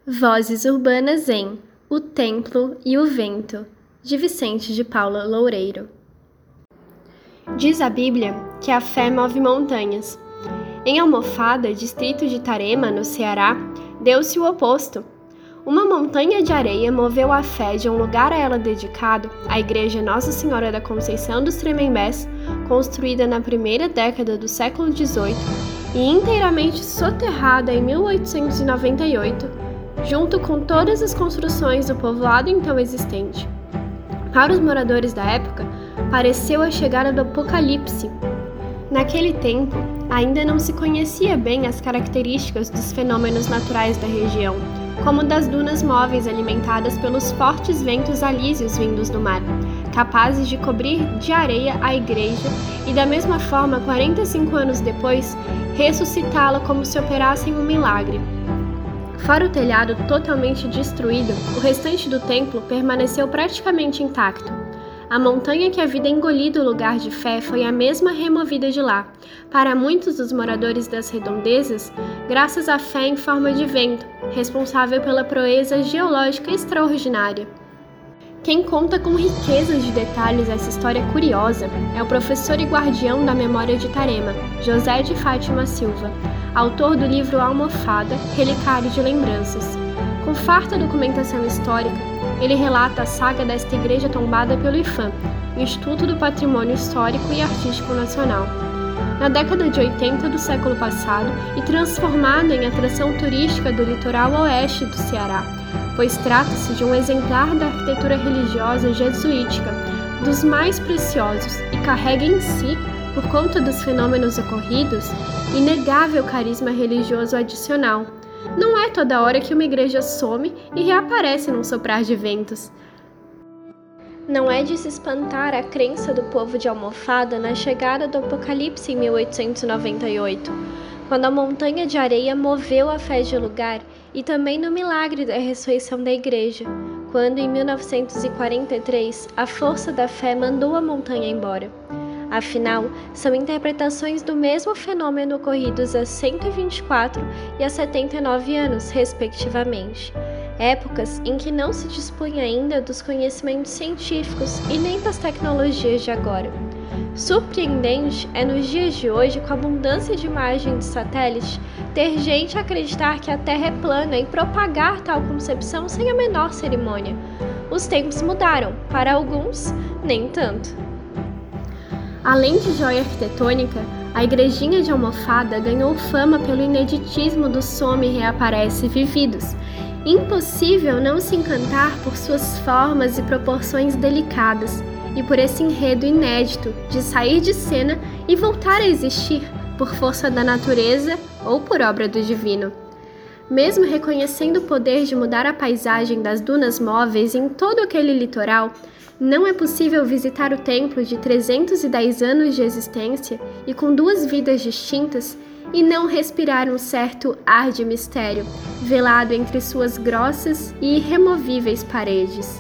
Vozes urbanas em O Templo e o Vento, de Vicente de Paula Loureiro. Diz a Bíblia que a fé move montanhas. Em Almofada, distrito de Tarema, no Ceará, deu-se o oposto. Uma montanha de areia moveu a fé de um lugar a ela dedicado, a Igreja Nossa Senhora da Conceição dos Tremembés, construída na primeira década do século XVIII e inteiramente soterrada em 1898, junto com todas as construções do povoado então existente. Para os moradores da época, pareceu a chegada do Apocalipse. Naquele tempo, ainda não se conhecia bem as características dos fenômenos naturais da região, como das dunas móveis alimentadas pelos fortes ventos alísios vindos do mar, capazes de cobrir de areia a igreja e, da mesma forma, 45 anos depois, ressuscitá-la como se operassem um milagre. Fora o telhado totalmente destruído, o restante do templo permaneceu praticamente intacto. A montanha que havia engolido o lugar de fé foi a mesma removida de lá, para muitos dos moradores das redondezas, graças à fé em forma de vento, responsável pela proeza geológica extraordinária. Quem conta com riqueza de detalhes essa história curiosa é o professor e guardião da memória de Tarema, José de Fátima Silva, autor do livro Almofada, Relicário de Lembranças. Com farta documentação histórica, ele relata a saga desta igreja tombada pelo IPHAN, Instituto do Patrimônio Histórico e Artístico Nacional. Na década de 80 do século passado e transformada em atração turística do litoral oeste do Ceará, pois trata-se de um exemplar da arquitetura religiosa jesuítica, dos mais preciosos, e carrega em si, por conta dos fenômenos ocorridos, inegável carisma religioso adicional. Não é toda hora que uma igreja some e reaparece num soprar de ventos. Não é de se espantar a crença do povo de Almofada na chegada do Apocalipse em 1898, quando a montanha de areia moveu a fé de lugar, e também no milagre da ressurreição da igreja, quando em 1943 a força da fé mandou a montanha embora. Afinal, são interpretações do mesmo fenômeno ocorridos há 124 e há 79 anos, respectivamente. Épocas em que não se dispunha ainda dos conhecimentos científicos e nem das tecnologias de agora. Surpreendente é nos dias de hoje, com a abundância de imagens de satélite, ter gente a acreditar que a Terra é plana e propagar tal concepção sem a menor cerimônia. Os tempos mudaram, para alguns, nem tanto. Além de joia arquitetônica, a igrejinha de Almofada ganhou fama pelo ineditismo do some e reaparece vividos. Impossível não se encantar por suas formas e proporções delicadas, e por esse enredo inédito de sair de cena e voltar a existir por força da natureza ou por obra do divino. Mesmo reconhecendo o poder de mudar a paisagem das dunas móveis em todo aquele litoral, não é possível visitar o templo de 310 anos de existência e com 2 vidas distintas e não respirar um certo ar de mistério, velado entre suas grossas e irremovíveis paredes.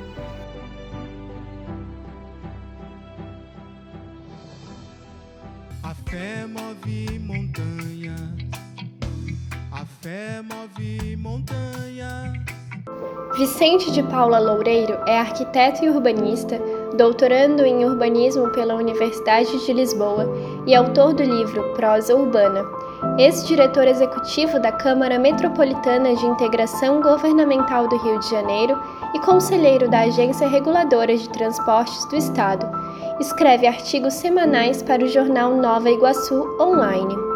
A fé move montanhas, a fé move montanhas. Vicente de Paula Loureiro é arquiteto e urbanista, doutorando em urbanismo pela Universidade de Lisboa e autor do livro Prosa Urbana, ex-diretor executivo da Câmara Metropolitana de Integração Governamental do Rio de Janeiro e conselheiro da Agência Reguladora de Transportes do Estado. Escreve artigos semanais para o jornal Nova Iguaçu Online.